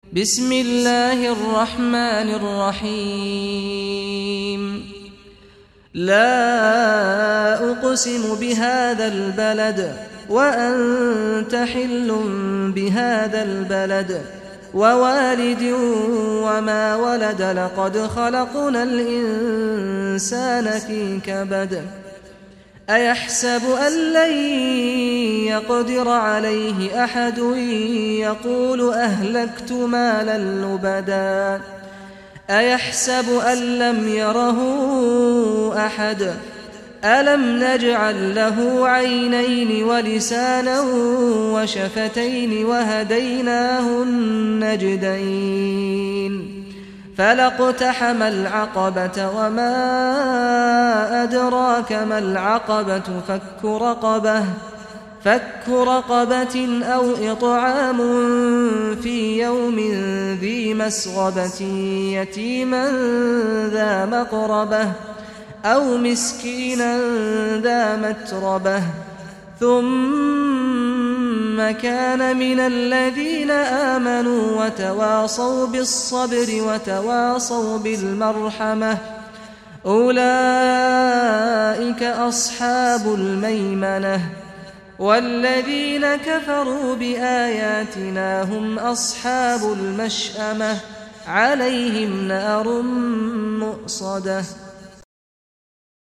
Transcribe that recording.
بسم الله الرحمن الرحيم لا أقسم بهذا البلد وأنت حل بهذا البلد ووالد وما ولد لقد خلقنا الإنسان في كبد أيحسب أن لن يقدر عليه أحد يقول أهلكت مالا لبدا أيحسب أن لم يره أحد ألم نجعل له عينين ولسانا وشفتين وهديناه النجدين فلاقتحم العقبة وما أدراك ما العقبة فك رقبة أو إطعام في يوم ذي مسغبة يتيما ذا مقربة أو مسكينا ذا متربة ثم كان من الذين آمنوا وتواصوا بالصبر وتواصوا بالمرحمة أولئك أصحاب الميمنة والذين كفروا بآياتنا هم أصحاب المشأمة عليهم نار مؤصدة